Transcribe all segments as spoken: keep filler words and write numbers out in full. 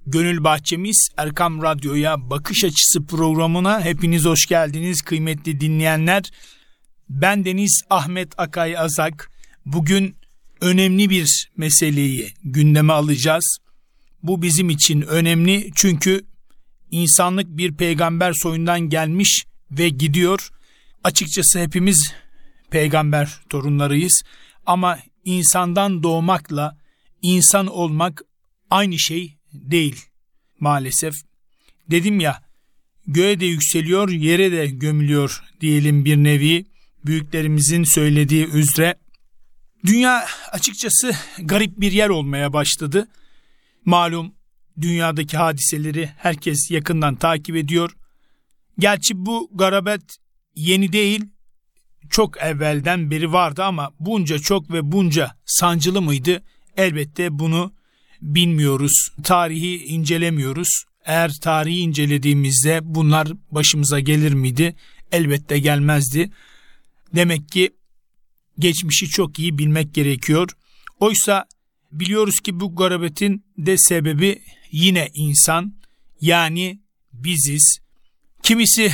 Gönül Bahçemiz Erkam Radyo'ya Bakış Açısı programına hepiniz hoş geldiniz kıymetli dinleyenler. Ben Deniz Ahmet Akay Azak. Bugün önemli bir meseleyi gündeme alacağız. Bu bizim için önemli çünkü insanlık bir peygamber soyundan gelmiş ve gidiyor. Açıkçası hepimiz peygamber torunlarıyız ama insandan doğmakla insan olmak aynı şey değil maalesef. Dedim ya, göğe de yükseliyor, yere de gömülüyor diyelim bir nevi, büyüklerimizin söylediği üzere. Dünya açıkçası garip bir yer olmaya başladı. Malum dünyadaki hadiseleri herkes yakından takip ediyor. Gerçi bu garabet yeni değil, çok evvelden beri vardı ama bunca çok ve bunca sancılı mıydı? Elbette bunu bilmiyoruz. Tarihi incelemiyoruz. Eğer tarihi incelediğimizde bunlar başımıza gelir miydi? Elbette gelmezdi. Demek ki geçmişi çok iyi bilmek gerekiyor. Oysa biliyoruz ki bu garabetin de sebebi yine insan, yani biziz. Kimisi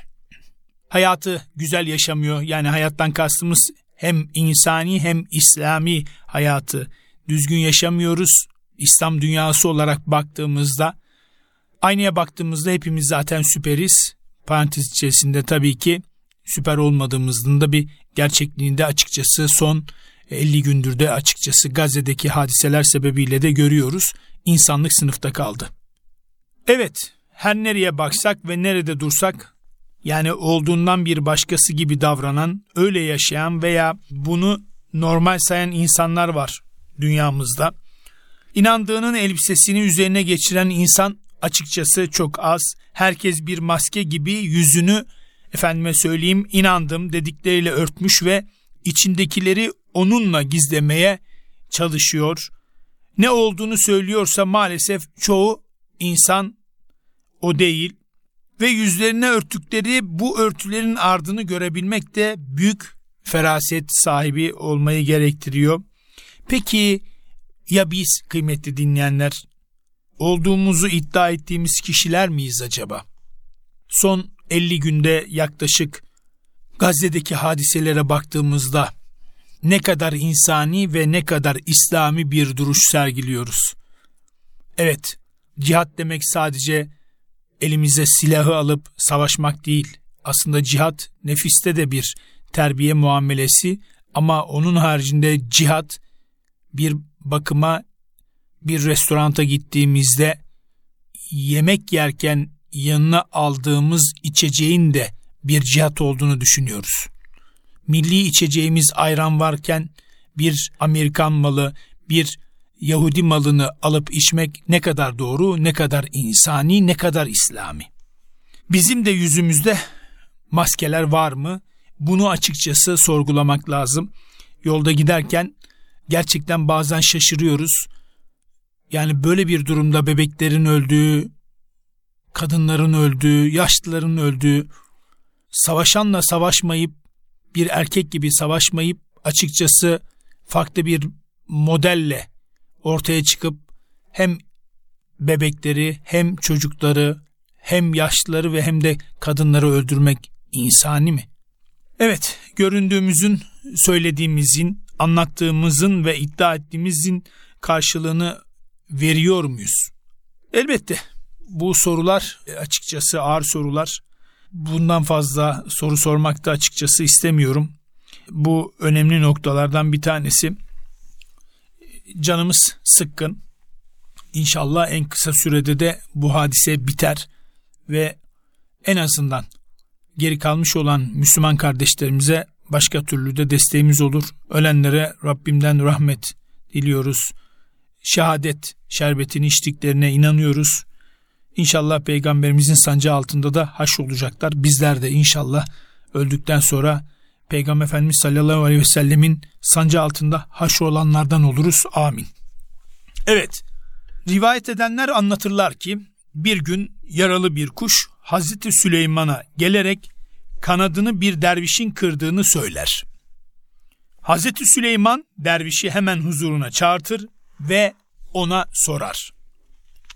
hayatı güzel yaşamıyor. Yani hayattan kastımız hem insani hem İslami hayatı düzgün yaşamıyoruz. İslam dünyası olarak baktığımızda, aynaya baktığımızda hepimiz zaten süperiz. Parantez içerisinde tabii ki süper olmadığımızın da bir gerçekliğinde açıkçası son elli gündür de açıkçası Gazze'deki hadiseler sebebiyle de görüyoruz. İnsanlık sınıfta kaldı. Evet, her nereye baksak ve nerede dursak, yani olduğundan bir başkası gibi davranan, öyle yaşayan veya bunu normal sayan insanlar var dünyamızda. İnandığının elbisesini üzerine geçiren insan açıkçası çok az. Herkes bir maske gibi yüzünü, efendime söyleyeyim, inandım dedikleriyle örtmüş ve içindekileri onunla gizlemeye çalışıyor. Ne olduğunu söylüyorsa maalesef çoğu insan o değil ve yüzlerine örttükleri bu örtülerin ardını görebilmek de büyük feraset sahibi olmayı gerektiriyor. Peki ya biz kıymetli dinleyenler, olduğumuzu iddia ettiğimiz kişiler miyiz acaba? Son elli günde yaklaşık Gazze'deki hadiselere baktığımızda ne kadar insani ve ne kadar İslami bir duruş sergiliyoruz. Evet, cihat demek sadece elimize silahı alıp savaşmak değil. Aslında cihat nefiste de bir terbiye muamelesi ama onun haricinde cihat bir bakıma, bir restoranta gittiğimizde yemek yerken yanına aldığımız içeceğin de bir cihat olduğunu düşünüyoruz. Milli içeceğimiz ayran varken bir Amerikan malı, bir Yahudi malını alıp içmek ne kadar doğru, ne kadar insani, ne kadar İslami. Bizim de yüzümüzde maskeler var mı? Bunu açıkçası sorgulamak lazım. Yolda giderken gerçekten bazen şaşırıyoruz. Yani böyle bir durumda bebeklerin öldüğü, kadınların öldüğü, yaşlıların öldüğü, savaşanla savaşmayıp, bir erkek gibi savaşmayıp açıkçası farklı bir modelle ortaya çıkıp hem bebekleri, hem çocukları, hem yaşlıları ve hem de kadınları öldürmek insani mi? Evet, göründüğümüzün, söylediğimizin, anlattığımızın ve iddia ettiğimizin karşılığını veriyor muyuz? Elbette bu sorular açıkçası ağır sorular. Bundan fazla soru sormak da açıkçası istemiyorum. Bu önemli noktalardan bir tanesi. Canımız sıkkın. İnşallah en kısa sürede de bu hadise biter ve en azından geri kalmış olan Müslüman kardeşlerimize başka türlü de desteğimiz olur. Ölenlere Rabbimden rahmet diliyoruz. Şehadet şerbetini içtiklerine inanıyoruz. İnşallah Peygamberimizin sancağı altında da haş olacaklar. Bizler de inşallah öldükten sonra Peygamber Efendimiz sallallahu aleyhi ve sellemin sancağı altında haş olanlardan oluruz. Amin. Evet, rivayet edenler anlatırlar ki bir gün yaralı bir kuş Hazreti Süleyman'a gelerek kanadını bir dervişin kırdığını söyler. Hazreti Süleyman dervişi hemen huzuruna çağırtır ve ona sorar.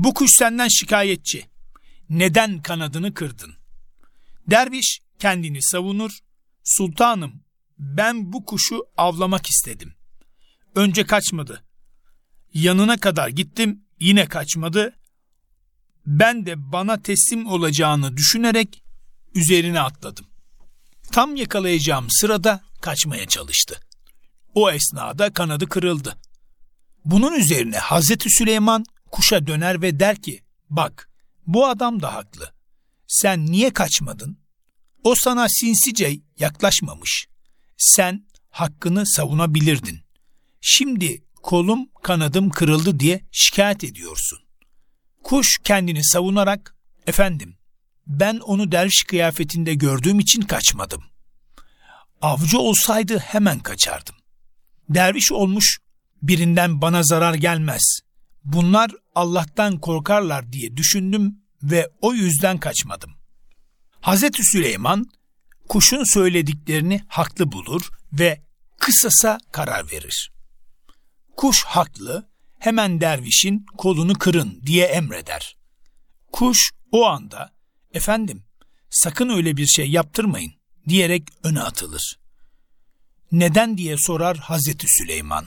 Bu kuş senden şikayetçi. Neden kanadını kırdın? Derviş kendini savunur. Sultanım, ben bu kuşu avlamak istedim. Önce kaçmadı. Yanına kadar gittim, yine kaçmadı. Ben de bana teslim olacağını düşünerek üzerine atladım. Tam yakalayacağım sırada kaçmaya çalıştı. O esnada kanadı kırıldı. Bunun üzerine Hazreti Süleyman kuşa döner ve der ki, bak, bu adam da haklı. Sen niye kaçmadın? O sana sinsice yaklaşmamış. Sen hakkını savunabilirdin. Şimdi kolum kanadım kırıldı diye şikayet ediyorsun. Kuş kendini savunarak, efendim, ben onu derviş kıyafetinde gördüğüm için kaçmadım. Avcı olsaydı hemen kaçardım. Derviş olmuş birinden bana zarar gelmez. Bunlar Allah'tan korkarlar diye düşündüm ve o yüzden kaçmadım. Hazreti Süleyman kuşun söylediklerini haklı bulur ve kısasa karar verir. Kuş haklı, hemen dervişin kolunu kırın diye emreder. Kuş o anda, efendim, sakın öyle bir şey yaptırmayın diyerek öne atılır. Neden diye sorar Hazreti Süleyman.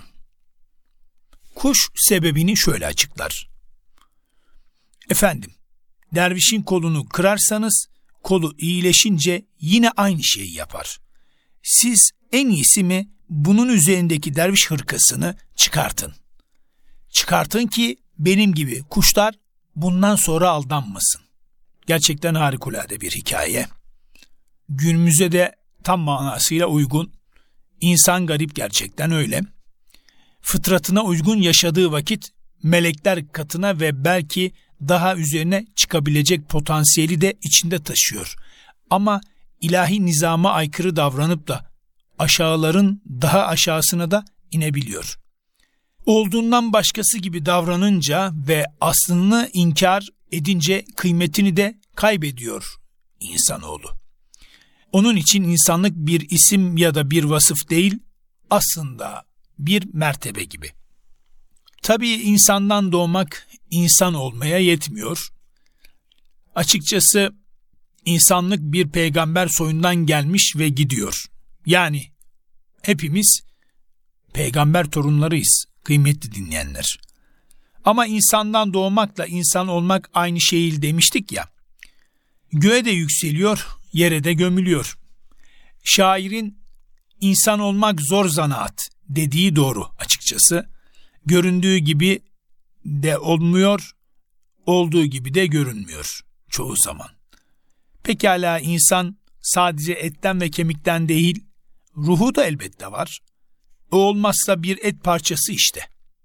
Kuş sebebini şöyle açıklar. Efendim, dervişin kolunu kırarsanız kolu iyileşince yine aynı şeyi yapar. Siz en iyisi mi bunun üzerindeki derviş hırkasını çıkartın. Çıkartın ki benim gibi kuşlar bundan sonra aldanmasın. Gerçekten harikulade bir hikaye. Günümüze de tam manasıyla uygun. İnsan garip, gerçekten öyle. Fıtratına uygun yaşadığı vakit melekler katına ve belki daha üzerine çıkabilecek potansiyeli de içinde taşıyor. Ama ilahi nizama aykırı davranıp da aşağıların daha aşağısına da inebiliyor. Olduğundan başkası gibi davranınca ve aslını inkar edince kıymetini de kaybediyor insanoğlu. Onun için insanlık bir isim ya da bir vasıf değil, aslında bir mertebe gibi. Tabii insandan doğmak insan olmaya yetmiyor. Açıkçası insanlık bir peygamber soyundan gelmiş ve gidiyor. Yani hepimiz peygamber torunlarıyız kıymetli dinleyenler. Ama insandan doğmakla insan olmak aynı şey demiştik ya. Göğe de yükseliyor, yere de gömülüyor. Şairin insan olmak zor zanaat dediği doğru açıkçası. Göründüğü gibi de olmuyor, olduğu gibi de görünmüyor çoğu zaman. Pekala insan sadece etten ve kemikten değil, ruhu da elbette var. O olmazsa bir et parçası işte.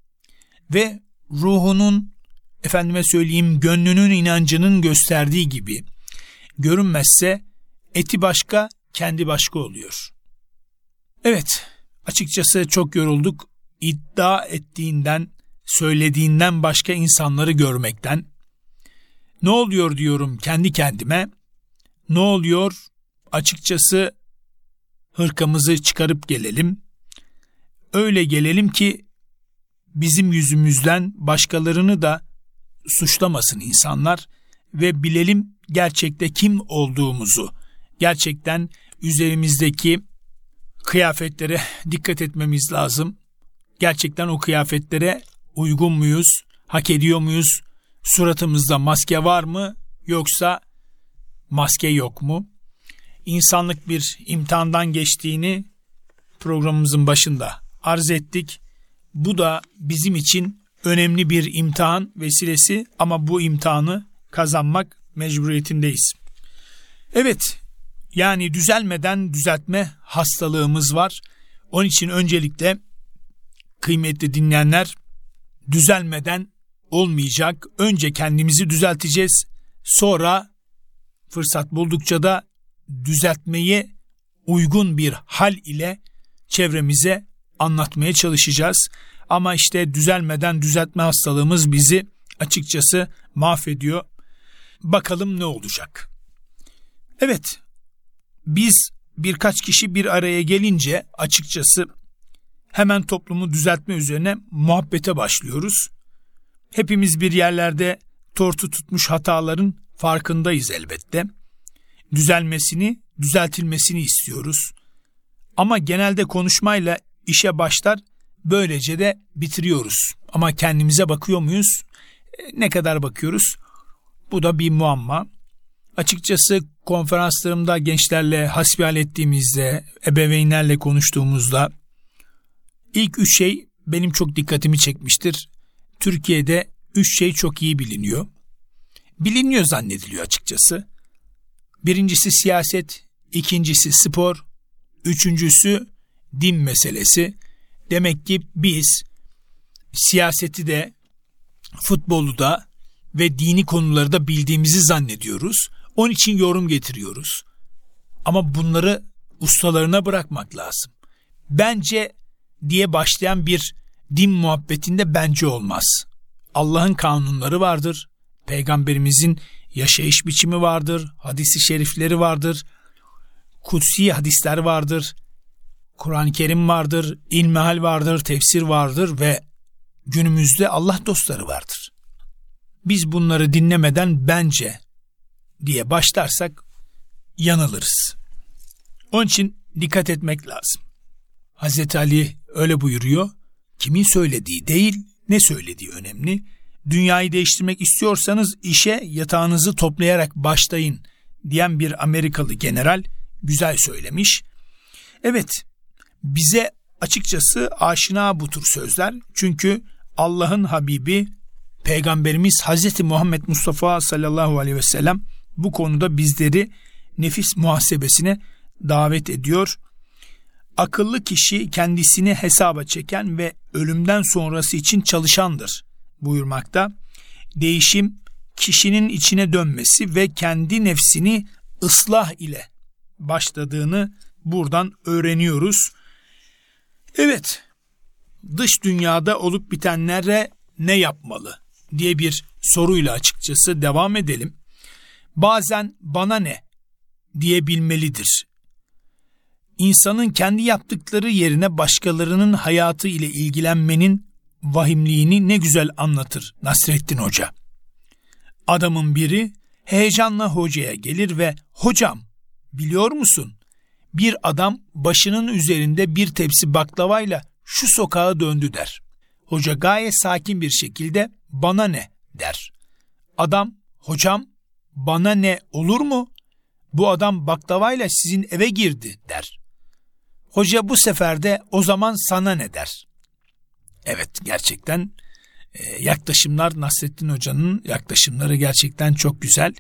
Ve ruhunun, efendime söyleyeyim, gönlünün inancının gösterdiği gibi görünmezse eti başka, kendi başka oluyor. Evet, açıkçası çok yorulduk. İddia ettiğinden, söylediğinden başka insanları görmekten. Ne oluyor diyorum kendi kendime. Ne oluyor? Açıkçası hırkamızı çıkarıp gelelim. Öyle gelelim ki bizim yüzümüzden başkalarını da suçlamasın insanlar ve bilelim gerçekte kim olduğumuzu. Gerçekten üzerimizdeki kıyafetlere dikkat etmemiz lazım. Gerçekten o kıyafetlere uygun muyuz? Hak ediyor muyuz? Suratımızda maske var mı? Yoksa maske yok mu? İnsanlık bir imtihandan geçtiğini programımızın başında arz ettik. Bu da bizim için önemli bir imtihan vesilesi ama bu imtihanı kazanmak mecburiyetindeyiz. Evet, yani düzelmeden düzeltme hastalığımız var. Onun için öncelikle kıymetli dinleyenler, düzelmeden olmayacak. Önce kendimizi düzelteceğiz. Sonra fırsat buldukça da düzeltmeyi uygun bir hal ile çevremize anlatmaya çalışacağız. Ama işte düzelmeden düzeltme hastalığımız bizi açıkçası mahvediyor. Bakalım ne olacak? Evet, biz birkaç kişi bir araya gelince açıkçası hemen toplumu düzeltme üzerine muhabbete başlıyoruz. Hepimiz bir yerlerde tortu tutmuş hataların farkındayız elbette. Düzelmesini, düzeltilmesini istiyoruz. Ama genelde konuşmayla işe başlar, böylece de bitiriyoruz. Ama kendimize bakıyor muyuz? Ne kadar bakıyoruz? Bu da bir muamma. Açıkçası konferanslarımda gençlerle hasbihal ettiğimizde, ebeveynlerle konuştuğumuzda ilk üç şey benim çok dikkatimi çekmiştir. Türkiye'de üç şey çok iyi biliniyor. Biliniyor zannediliyor açıkçası. Birincisi siyaset, ikincisi spor, üçüncüsü din meselesi. Demek ki biz siyaseti de, futbolu da ve dini konuları da bildiğimizi zannediyoruz. Onun için yorum getiriyoruz. Ama bunları ustalarına bırakmak lazım. Bence diye başlayan bir din muhabbetinde bence olmaz. Allah'ın kanunları vardır. Peygamberimizin yaşayış biçimi vardır. Hadis-i şerifleri vardır. Kutsi hadisler vardır. Kur'an-ı Kerim vardır. İlmihal vardır. Tefsir vardır ve günümüzde Allah dostları vardır. Biz bunları dinlemeden bence diye başlarsak yanılırız. Onun için dikkat etmek lazım. Hazreti Ali öyle buyuruyor. Kimin söylediği değil, ne söylediği önemli. Dünyayı değiştirmek istiyorsanız işe yatağınızı toplayarak başlayın diyen bir Amerikalı general güzel söylemiş. Evet, bize açıkçası aşina bu tür sözler. Çünkü Allah'ın Habibi Peygamberimiz Hazreti Muhammed Mustafa sallallahu aleyhi ve sellem bu konuda bizleri nefis muhasebesine davet ediyor. Akıllı kişi kendisini hesaba çeken ve ölümden sonrası için çalışandır buyurmakta. Değişim kişinin içine dönmesi ve kendi nefsini ıslah ile başladığını buradan öğreniyoruz. Evet, dış dünyada olup bitenlere ne yapmalı diye bir soruyla açıkçası devam edelim. Bazen bana ne diyebilmelidir. İnsanın kendi yaptıkları yerine başkalarının hayatı ile ilgilenmenin vahimliğini ne güzel anlatır Nasrettin Hoca. Adamın biri heyecanla hocaya gelir ve "Hocam, biliyor musun? Bir adam başının üzerinde bir tepsi baklavayla şu sokağa döndü" der. Hoca gayet sakin bir şekilde "Bana ne?" der. Adam "Hocam, bana ne olur mu? Bu adam baklavayla sizin eve girdi" der. Hoca bu sefer de "O zaman sana ne?" der. Evet, gerçekten e, yaklaşımlar, Nasrettin Hoca'nın yaklaşımları gerçekten çok güzel.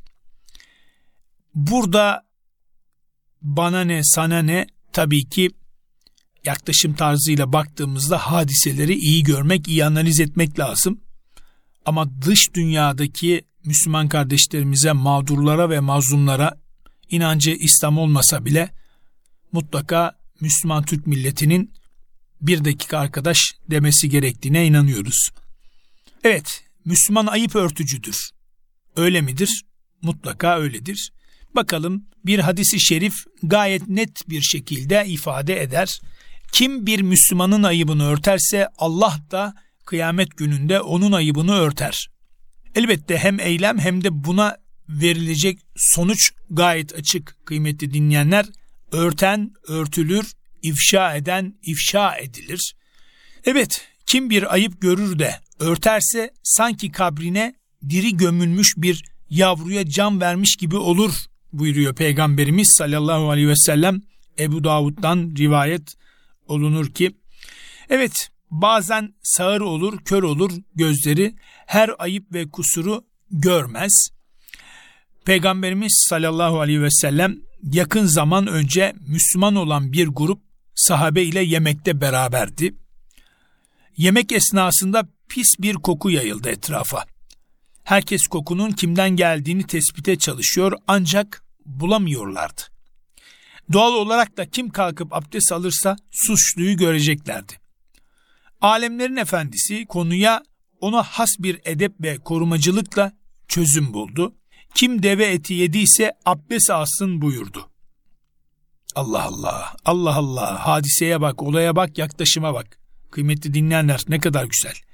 Burada bana ne, sana ne, tabii ki yaklaşım tarzıyla baktığımızda hadiseleri iyi görmek, iyi analiz etmek lazım. Ama dış dünyadaki Müslüman kardeşlerimize, mağdurlara ve mazlumlara, inancı İslam olmasa bile mutlaka Müslüman Türk milletinin bir dakika arkadaş demesi gerektiğine inanıyoruz. Evet, Müslüman ayıp örtücüdür. Öyle midir? Mutlaka öyledir. Bakalım, bir hadis-i şerif gayet net bir şekilde ifade eder. Kim bir Müslümanın ayıbını örterse Allah da kıyamet gününde onun ayıbını örter. Elbette hem eylem hem de buna verilecek sonuç gayet açık kıymetli dinleyenler. Örten örtülür, ifşa eden ifşa edilir. Evet, kim bir ayıp görür de örterse sanki kabrine diri gömülmüş bir yavruya can vermiş gibi olur buyuruyor Peygamberimiz sallallahu aleyhi ve sellem. Ebu Davud'dan rivayet olunur ki, evet, bazen sağır olur, kör olur gözleri, her ayıp ve kusuru görmez. Peygamberimiz sallallahu aleyhi ve sellem yakın zaman önce Müslüman olan bir grup sahabe ile yemekte beraberdi. Yemek esnasında pis bir koku yayıldı etrafa. Herkes kokunun kimden geldiğini tespite çalışıyor ancak bulamıyorlardı. Doğal olarak da kim kalkıp abdest alırsa suçluyu göreceklerdi. Alemlerin efendisi konuya ona has bir edep ve korumacılıkla çözüm buldu. Kim deve eti yediyse abdest alsın buyurdu. Allah Allah, Allah Allah, hadiseye bak, olaya bak, yaklaşıma bak. Kıymetli dinleyenler, ne kadar güzel.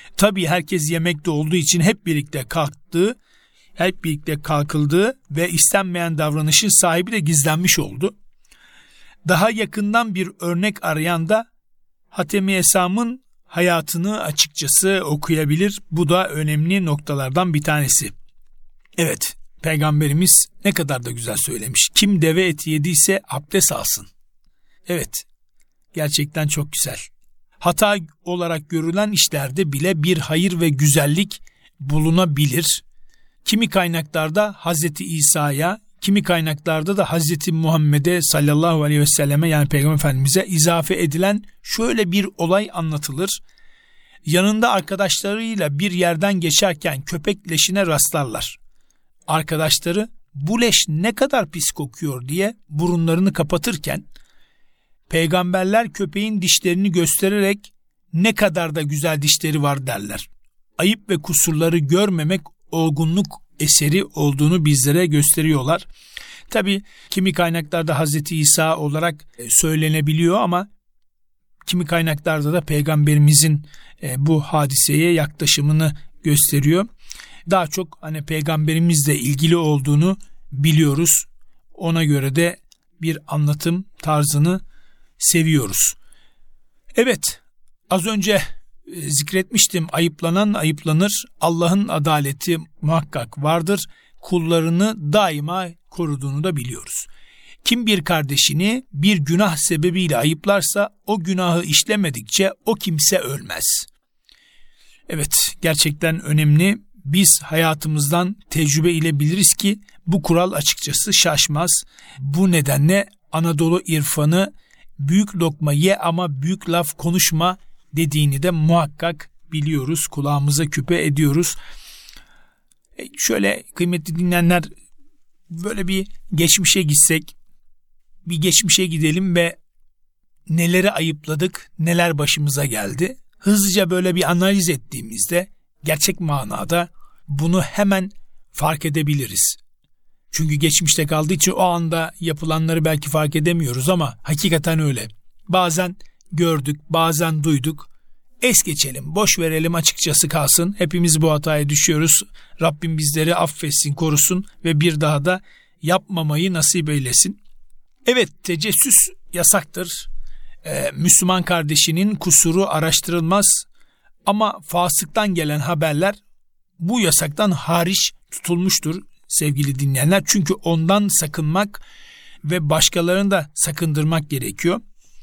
Tabii herkes yemekte olduğu için hep birlikte kalktı, hep birlikte kalkıldı ve istenmeyen davranışın sahibi de gizlenmiş oldu. Daha yakından bir örnek arayan da Hatemi Esam'ın hayatını açıkçası okuyabilir. Bu da önemli noktalardan bir tanesi. Evet, Peygamberimiz ne kadar da güzel söylemiş. Kim deve eti yediyse abdest alsın. Evet, gerçekten çok güzel. Hata olarak görülen işlerde bile bir hayır ve güzellik bulunabilir. Kimi kaynaklarda Hazreti İsa'ya, kimi kaynaklarda da Hazreti Muhammed'e sallallahu aleyhi ve selleme, yani Peygamber Efendimiz'e izafe edilen şöyle bir olay anlatılır. Yanında arkadaşlarıyla bir yerden geçerken köpek leşine rastlarlar. Arkadaşları bu leş ne kadar pis kokuyor diye burunlarını kapatırken peygamberler köpeğin dişlerini göstererek ne kadar da güzel dişleri var derler. Ayıp ve kusurları görmemek olgunluk eseri olduğunu bizlere gösteriyorlar. Tabii kimi kaynaklarda Hazreti İsa olarak söylenebiliyor ama kimi kaynaklarda da Peygamberimizin bu hadiseye yaklaşımını gösteriyor. Daha çok hani Peygamberimizle ilgili olduğunu biliyoruz. Ona göre de bir anlatım tarzını seviyoruz. Evet, az önce zikretmiştim, ayıplanan ayıplanır. Allah'ın adaleti muhakkak vardır. Kullarını daima koruduğunu da biliyoruz. Kim bir kardeşini bir günah sebebiyle ayıplarsa o günahı işlemedikçe o kimse ölmez. Evet, gerçekten önemli. Biz hayatımızdan tecrübe ile biliriz ki bu kural açıkçası şaşmaz. Bu nedenle Anadolu irfanı büyük lokma ye ama büyük laf konuşma dediğini de muhakkak biliyoruz. Kulağımıza küpe ediyoruz. E şöyle kıymetli dinleyenler, böyle bir geçmişe gitsek, bir geçmişe gidelim ve neleri ayıpladık, neler başımıza geldi. Hızlıca böyle bir analiz ettiğimizde gerçek manada bunu hemen fark edebiliriz. Çünkü geçmişte kaldığı için o anda yapılanları belki fark edemiyoruz ama hakikaten öyle. Bazen gördük, bazen duyduk. Es geçelim, boş verelim, açıkçası kalsın. Hepimiz bu hataya düşüyoruz. Rabbim bizleri affetsin, korusun ve bir daha da yapmamayı nasip eylesin. Evet, tecessüs yasaktır. Ee, Müslüman kardeşinin kusuru araştırılmaz. Ama fasıktan gelen haberler bu yasaktan hariç tutulmuştur sevgili dinleyenler. Çünkü ondan sakınmak ve başkalarını da sakındırmak gerekiyor.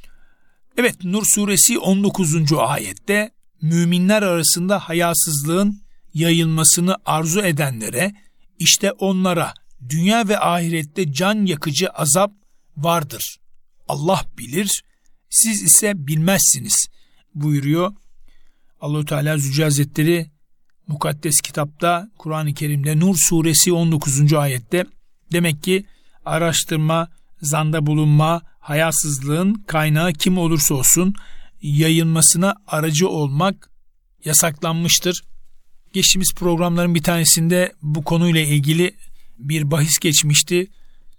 Evet, Nur suresi on dokuzuncu ayette müminler arasında hayasızlığın yayılmasını arzu edenlere, işte onlara dünya ve ahirette can yakıcı azap vardır. Allah bilir, siz ise bilmezsiniz buyuruyor. Allah-u Teala Zülcelal Hazretleri mukaddes kitapta, Kur'an-ı Kerim'de Nur suresi on dokuzuncu ayette demek ki araştırma, zanda bulunma, hayasızlığın kaynağı kim olursa olsun yayılmasına aracı olmak yasaklanmıştır. Geçtiğimiz programların bir tanesinde bu konuyla ilgili bir bahis geçmişti.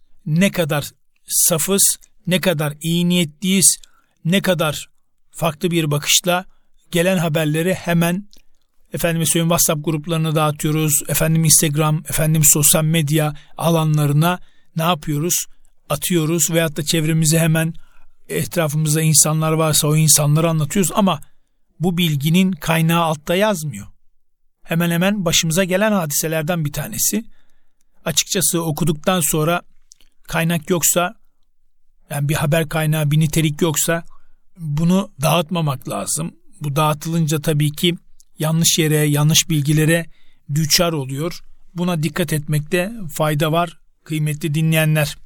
Ne kadar safız, ne kadar iyi niyetliyiz, ne kadar farklı bir bakışla gelen haberleri hemen efendime söyleyeyim WhatsApp gruplarına dağıtıyoruz. Efendim Instagram, efendim sosyal medya alanlarına ne yapıyoruz? Atıyoruz veyahut da çevremize hemen etrafımızda insanlar varsa o insanları anlatıyoruz ama bu bilginin kaynağı altta yazmıyor. Hemen hemen başımıza gelen hadiselerden bir tanesi. Açıkçası okuduktan sonra kaynak yoksa, yani bir haber kaynağı, bir nitelik yoksa bunu dağıtmamak lazım. Bu dağıtılınca tabii ki yanlış yere, yanlış bilgilere düçar oluyor. Buna dikkat etmekte fayda var kıymetli dinleyenler.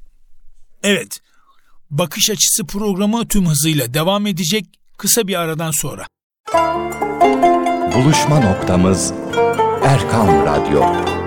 Evet, Bakış Açısı programı tüm hızıyla devam edecek kısa bir aradan sonra. Buluşma noktamız Erkam Radyo.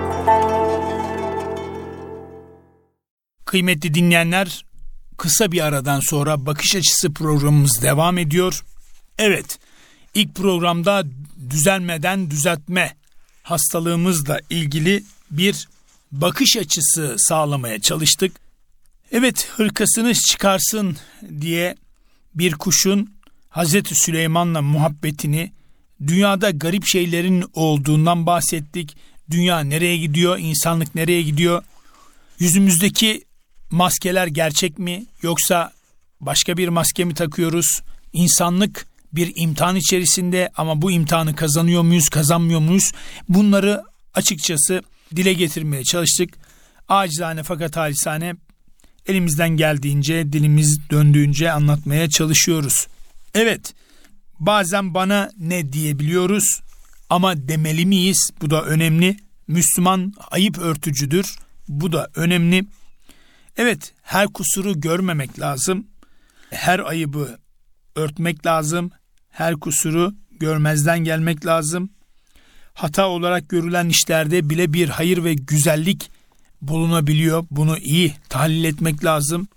Kıymetli dinleyenler, kısa bir aradan sonra Bakış Açısı programımız devam ediyor. Evet, ilk programda düzelmeden düzeltme hastalığımızla ilgili bir bakış açısı sağlamaya çalıştık. Evet, hırkasını çıkarsın diye bir kuşun Hazreti Süleyman'la muhabbetini Dünyada garip şeylerin olduğundan bahsettik. Dünya nereye gidiyor? İnsanlık nereye gidiyor? Yüzümüzdeki maskeler gerçek mi? Yoksa başka bir maske mi takıyoruz? İnsanlık bir imtihan içerisinde ama bu imtihanı kazanıyor muyuz, kazanmıyor muyuz? Bunları açıkçası dile getirmeye çalıştık. Acizane fakat halisane elimizden geldiğince, dilimiz döndüğünce anlatmaya çalışıyoruz. Evet, bazen bana ne diyebiliyoruz ama demeli miyiz? Bu da önemli. Müslüman ayıp örtücüdür. Bu da önemli. Evet, her kusuru görmemek lazım. Her ayıbı örtmek lazım. Her kusuru görmezden gelmek lazım. Hata olarak görülen işlerde bile bir hayır ve güzellik bulunabiliyor. Bunu iyi tahlil etmek lazım.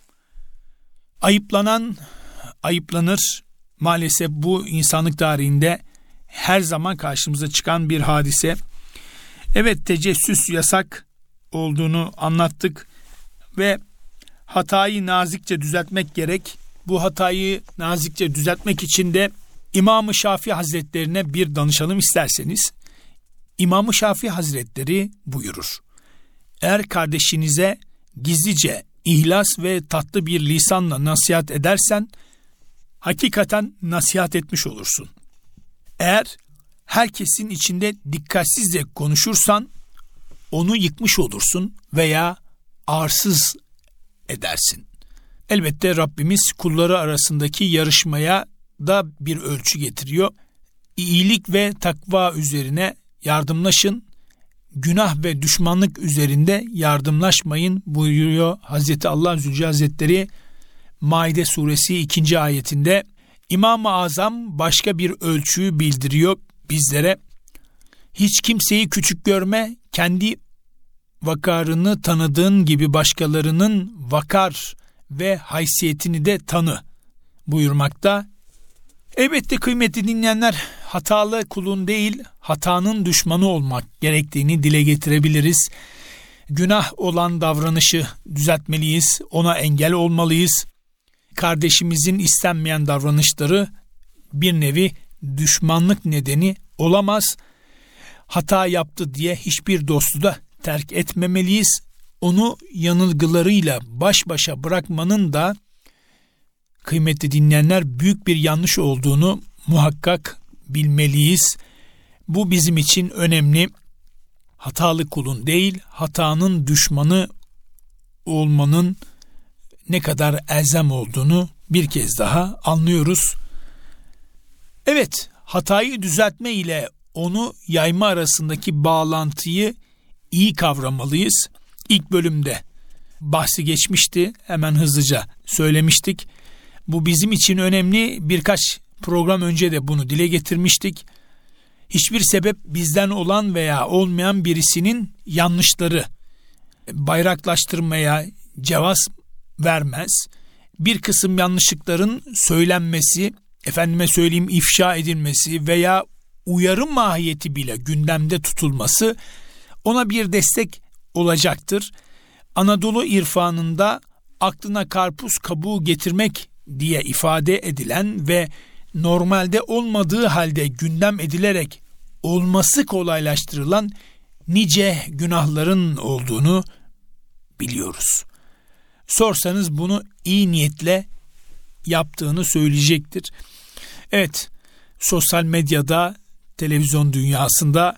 Ayıplanan ayıplanır. Maalesef bu insanlık tarihinde her zaman karşımıza çıkan bir hadise. Evet, tecessüs yasak olduğunu anlattık ve hatayı nazikçe düzeltmek gerek. Bu hatayı nazikçe düzeltmek için de İmam-ı Şafii Hazretlerine bir danışalım isterseniz. İmam-ı Şafii Hazretleri buyurur: eğer kardeşinize gizlice, ihlas ve tatlı bir lisanla nasihat edersen, hakikaten nasihat etmiş olursun. Eğer herkesin içinde dikkatsizce konuşursan, onu yıkmış olursun veya arsız edersin. Elbette Rabbimiz kulları arasındaki yarışmaya da bir ölçü getiriyor. İyilik ve takva üzerine yardımlaşın, günah ve düşmanlık üzerinde yardımlaşmayın buyuruyor Hazreti Allah Zülcelal Hazretleri Maide suresi ikinci ayetinde. İmam-ı Azam başka bir ölçüyü bildiriyor bizlere. Hiç kimseyi küçük görme, kendi vakarını tanıdığın gibi başkalarının vakar ve haysiyetini de tanı buyurmakta. Elbette kıymetli dinleyenler, hatalı kulun değil, hatanın düşmanı olmak gerektiğini dile getirebiliriz. Günah olan davranışı düzeltmeliyiz, ona engel olmalıyız. Kardeşimizin istenmeyen davranışları bir nevi düşmanlık nedeni olamaz. Hata yaptı diye hiçbir dostu da terk etmemeliyiz. Onu yanılgılarıyla baş başa bırakmanın da kıymetli dinleyenler büyük bir yanlış olduğunu muhakkak bilmeliyiz. Bu bizim için önemli. Hatalı kulun değil, hatanın düşmanı olmanın ne kadar elzem olduğunu bir kez daha anlıyoruz. Evet, hatayı düzeltme ile onu yayma arasındaki bağlantıyı iyi kavramalıyız. İlk bölümde bahsi geçmişti, hemen hızlıca söylemiştik. Bu bizim için önemli. Birkaç program önce de bunu dile getirmiştik. Hiçbir sebep bizden olan veya olmayan birisinin yanlışları bayraklaştırmaya cevaz vermez. Bir kısım yanlışlıkların söylenmesi, efendime söyleyeyim ifşa edilmesi veya uyarı mahiyeti bile gündemde tutulması ona bir destek olacaktır. Anadolu irfanında aklına karpuz kabuğu getirmek diye ifade edilen ve normalde olmadığı halde gündem edilerek olması kolaylaştırılan nice günahların olduğunu biliyoruz. Sorsanız bunu iyi niyetle yaptığını söyleyecektir. Evet, sosyal medyada, televizyon dünyasında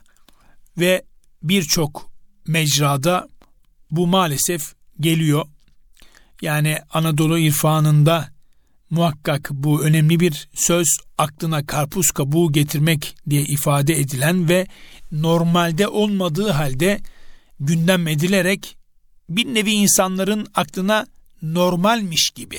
ve birçok mecrada bu maalesef geliyor. Yani Anadolu irfanında muhakkak bu önemli bir söz, aklına karpuz kabuğu getirmek diye ifade edilen ve normalde olmadığı halde gündem edilerek bir nevi insanların aklına normalmiş gibi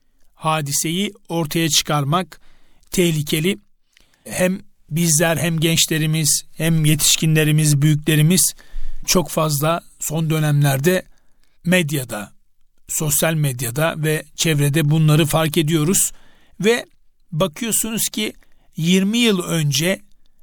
hadiseyi ortaya çıkarmak tehlikeli. Hem bizler hem gençlerimiz hem yetişkinlerimiz, büyüklerimiz çok fazla son dönemlerde medyada, sosyal medyada ve çevrede bunları fark ediyoruz ve bakıyorsunuz ki yirmi yıl önce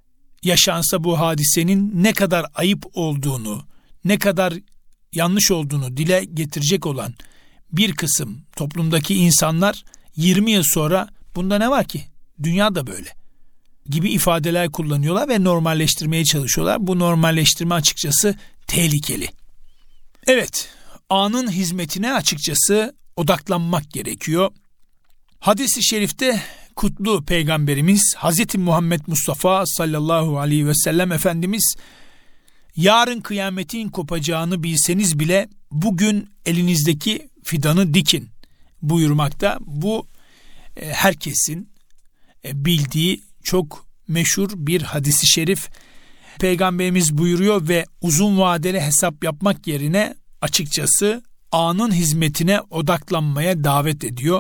yaşansa bu hadisenin ne kadar ayıp olduğunu, ne kadar yanlış olduğunu dile getirecek olan bir kısım toplumdaki insanlar yirmi yıl sonra bunda ne var ki? Dünya da böyle. gibi ifadeler kullanıyorlar ve normalleştirmeye çalışıyorlar. Bu normalleştirme açıkçası tehlikeli. Evet, anın hizmetine açıkçası odaklanmak gerekiyor. Hadis-i şerifte kutlu peygamberimiz Hazreti Muhammed Mustafa sallallahu aleyhi ve sellem Efendimiz, yarın kıyametin kopacağını bilseniz bile bugün elinizdeki fidanı dikin buyurmakta. Bu e, herkesin e, bildiği çok meşhur bir hadis-i şerif. Peygamberimiz buyuruyor ve uzun vadeli hesap yapmak yerine açıkçası anın hizmetine odaklanmaya davet ediyor.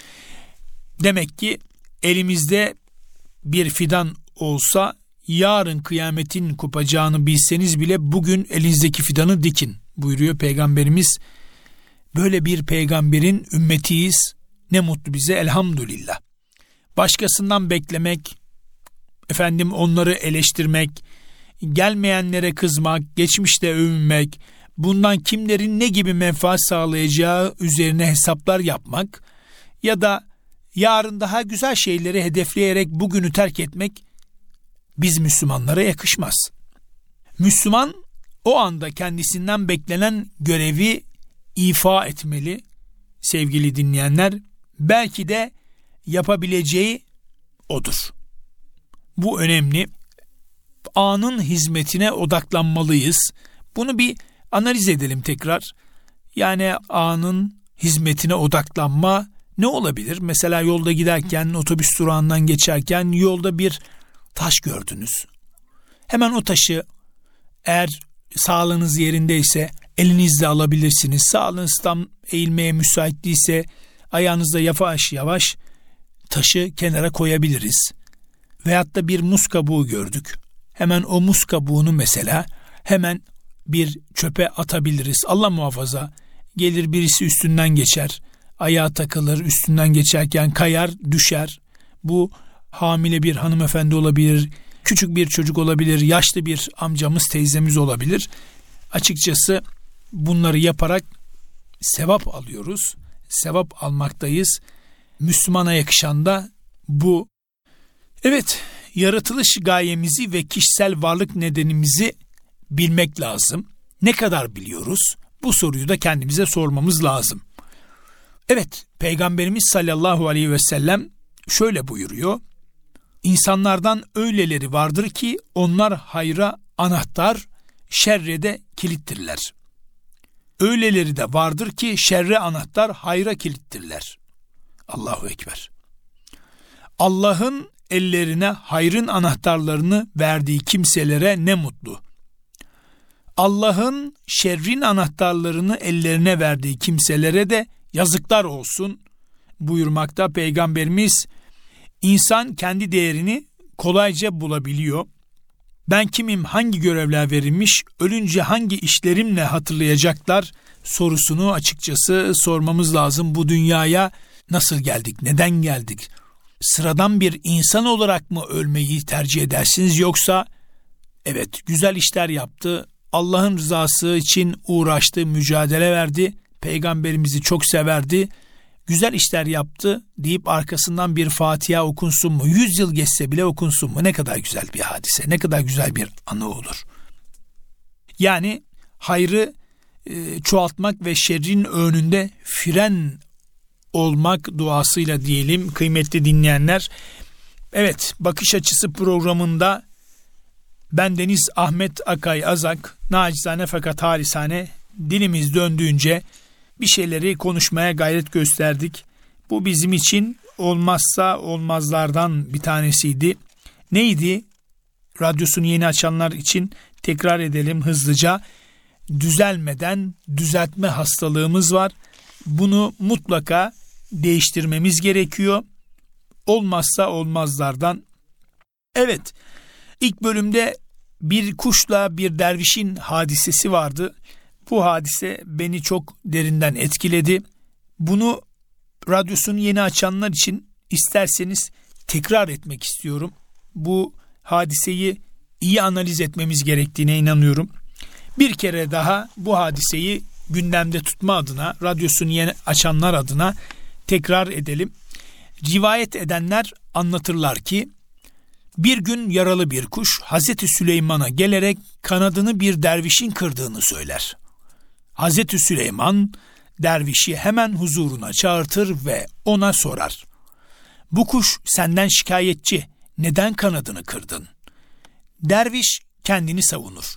Demek ki elimizde bir fidan olsa yarın kıyametin kopacağını bilseniz bile bugün elinizdeki fidanı dikin buyuruyor Peygamberimiz. Böyle bir peygamberin ümmetiyiz. Ne mutlu bize, elhamdülillah. Başkasından beklemek, efendim onları eleştirmek, gelmeyenlere kızmak, geçmişte övünmek, bundan kimlerin ne gibi menfaat sağlayacağı üzerine hesaplar yapmak ya da yarın daha güzel şeyleri hedefleyerek bugünü terk etmek biz Müslümanlara yakışmaz. Müslüman o anda kendisinden beklenen görevi ifa etmeli sevgili dinleyenler. Belki de yapabileceği odur. Bu önemli. Anın hizmetine odaklanmalıyız. Bunu bir analiz edelim tekrar. Yani anın hizmetine odaklanma ne olabilir? Mesela yolda giderken, otobüs durağından geçerken yolda bir taş gördünüz. Hemen o taşı, eğer sağlığınız yerindeyse elinizle alabilirsiniz. Sağlığınız tam eğilmeye müsait değilse ayağınızla yavaş yavaş taşı kenara koyabiliriz. Veyahut da bir muz kabuğu gördük. Hemen o muz kabuğunu mesela hemen bir çöpe atabiliriz. Allah muhafaza, gelir birisi üstünden geçer, ayağa takılır, üstünden geçerken kayar, düşer. Bu hamile bir hanımefendi olabilir, küçük bir çocuk olabilir, yaşlı bir amcamız, teyzemiz olabilir. Açıkçası bunları yaparak sevap alıyoruz. Sevap almaktayız. Müslümana yakışan da bu. Evet, yaratılış gayemizi ve kişisel varlık nedenimizi bilmek lazım. Ne kadar biliyoruz? Bu soruyu da kendimize sormamız lazım. Evet, Peygamberimiz sallallahu aleyhi ve sellem şöyle buyuruyor. İnsanlardan öyleleri vardır ki onlar hayra anahtar, şerre de kilittirler. Öyleleri de vardır ki şerre anahtar, hayra kilittirler. Allahu Ekber. Allah'ın ellerine hayrın anahtarlarını verdiği kimselere ne mutlu. Allah'ın şerrin anahtarlarını ellerine verdiği kimselere de yazıklar olsun buyurmakta Peygamberimiz. İnsan kendi değerini kolayca bulabiliyor. Ben kimim, hangi görevler verilmiş, ölünce hangi işlerimle hatırlayacaklar sorusunu açıkçası sormamız lazım. Bu dünyaya nasıl geldik, neden geldik? Sıradan bir insan olarak mı ölmeyi tercih edersiniz, yoksa evet güzel işler yaptı, Allah'ın rızası için uğraştı, mücadele verdi, Peygamberimizi çok severdi, güzel işler yaptı deyip arkasından bir Fatiha okunsun mu? Yüz yıl geçse bile okunsun mu? Ne kadar güzel bir hadise, ne kadar güzel bir anı olur. Yani hayrı e, çoğaltmak ve şerrin önünde fren olmak duasıyla diyelim kıymetli dinleyenler. Evet, Bakış Açısı programında bendeniz Ahmet Akay Azak, nacizane fakat halisane dilimiz döndüğünce bir şeyleri konuşmaya gayret gösterdik. Bu bizim için olmazsa olmazlardan bir tanesiydi. Neydi? Radyosunu yeni açanlar için tekrar edelim hızlıca. Düzelmeden düzeltme hastalığımız var. Bunu mutlaka değiştirmemiz gerekiyor. Olmazsa olmazlardan. Evet, ilk bölümde bir kuşla bir dervişin hadisesi vardı. Bu hadise beni çok derinden etkiledi. Bunu radyosunu yeni açanlar için isterseniz tekrar etmek istiyorum. Bu hadiseyi iyi analiz etmemiz gerektiğine inanıyorum. Bir kere daha bu hadiseyi gündemde tutma adına, radyosunu yeni açanlar adına tekrar edelim. Rivayet edenler anlatırlar ki Bir gün yaralı bir kuş Hazreti Süleyman'a gelerek kanadını bir dervişin kırdığını söyler. Hazreti Süleyman dervişi hemen huzuruna çağırtır ve ona sorar. Bu kuş senden şikayetçi, neden kanadını kırdın? Derviş kendini savunur.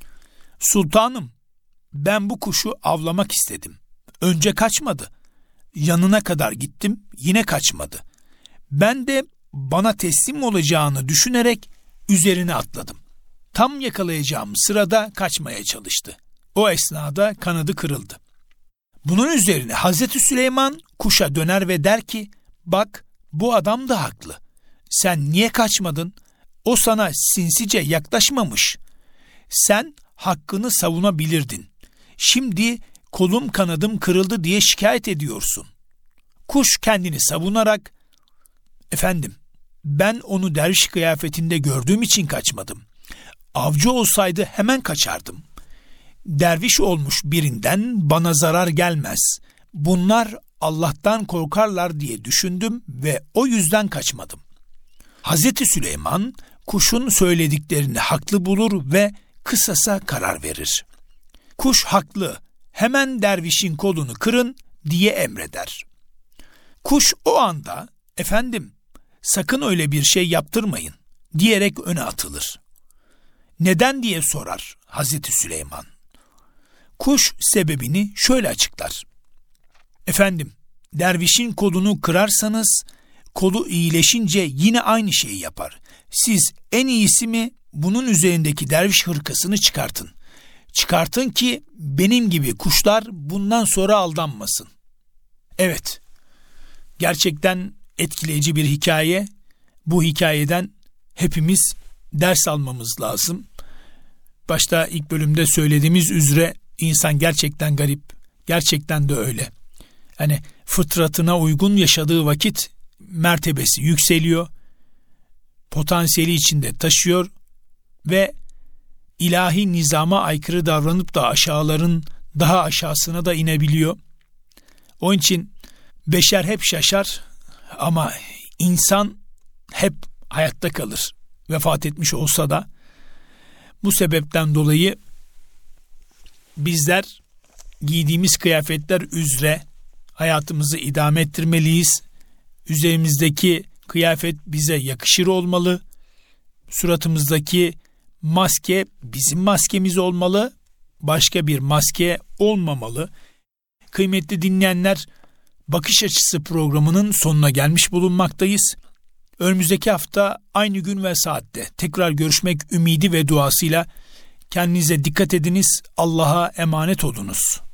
Sultanım, ben bu kuşu avlamak istedim. Önce kaçmadı. Yanına kadar gittim, yine kaçmadı. Ben de bana teslim olacağını düşünerek üzerine atladım. Tam yakalayacağım sırada kaçmaya çalıştı. O esnada kanadı kırıldı. Bunun üzerine Hazreti Süleyman kuşa döner ve der ki, bak bu adam da haklı. Sen niye kaçmadın? O sana sinsice yaklaşmamış. Sen hakkını savunabilirdin. Şimdi kolum kanadım kırıldı diye şikayet ediyorsun. Kuş kendini savunarak, efendim ben onu derviş kıyafetinde gördüğüm için kaçmadım. Avcı olsaydı hemen kaçardım. Derviş olmuş birinden bana zarar gelmez. Bunlar Allah'tan korkarlar diye düşündüm ve o yüzden kaçmadım. Hazreti Süleyman kuşun söylediklerini haklı bulur ve kısasa karar verir. Kuş haklı, hemen dervişin kolunu kırın diye emreder. Kuş o anda, efendim sakın öyle bir şey yaptırmayın diyerek öne atılır. Neden diye sorar Hazreti Süleyman. Kuş sebebini şöyle açıklar. Efendim, dervişin kolunu kırarsanız kolu iyileşince yine aynı şeyi yapar. Siz en iyisi mi bunun üzerindeki derviş hırkasını çıkartın. Çıkartın ki benim gibi kuşlar bundan sonra aldanmasın. Evet, gerçekten etkileyici bir hikaye. Bu hikayeden hepimiz ders almamız lazım. Başta ilk bölümde söylediğimiz üzere insan gerçekten garip. Gerçekten de öyle. Hani fıtratına uygun yaşadığı vakit mertebesi yükseliyor. Potansiyeli içinde taşıyor ve ilahi nizama aykırı davranıp da aşağıların daha aşağısına da inebiliyor. Onun için beşer hep şaşar ama insan hep hayatta kalır. Vefat etmiş olsa da. Bu sebepten dolayı bizler giydiğimiz kıyafetler üzere hayatımızı idame ettirmeliyiz. Üzerimizdeki kıyafet bize yakışır olmalı. Suratımızdaki maske bizim maskemiz olmalı. Başka bir maske olmamalı. Kıymetli dinleyenler, Bakış Açısı programının sonuna gelmiş bulunmaktayız. Önümüzdeki hafta aynı gün ve saatte tekrar görüşmek ümidi ve duasıyla kendinize dikkat ediniz. Allah'a emanet olunuz.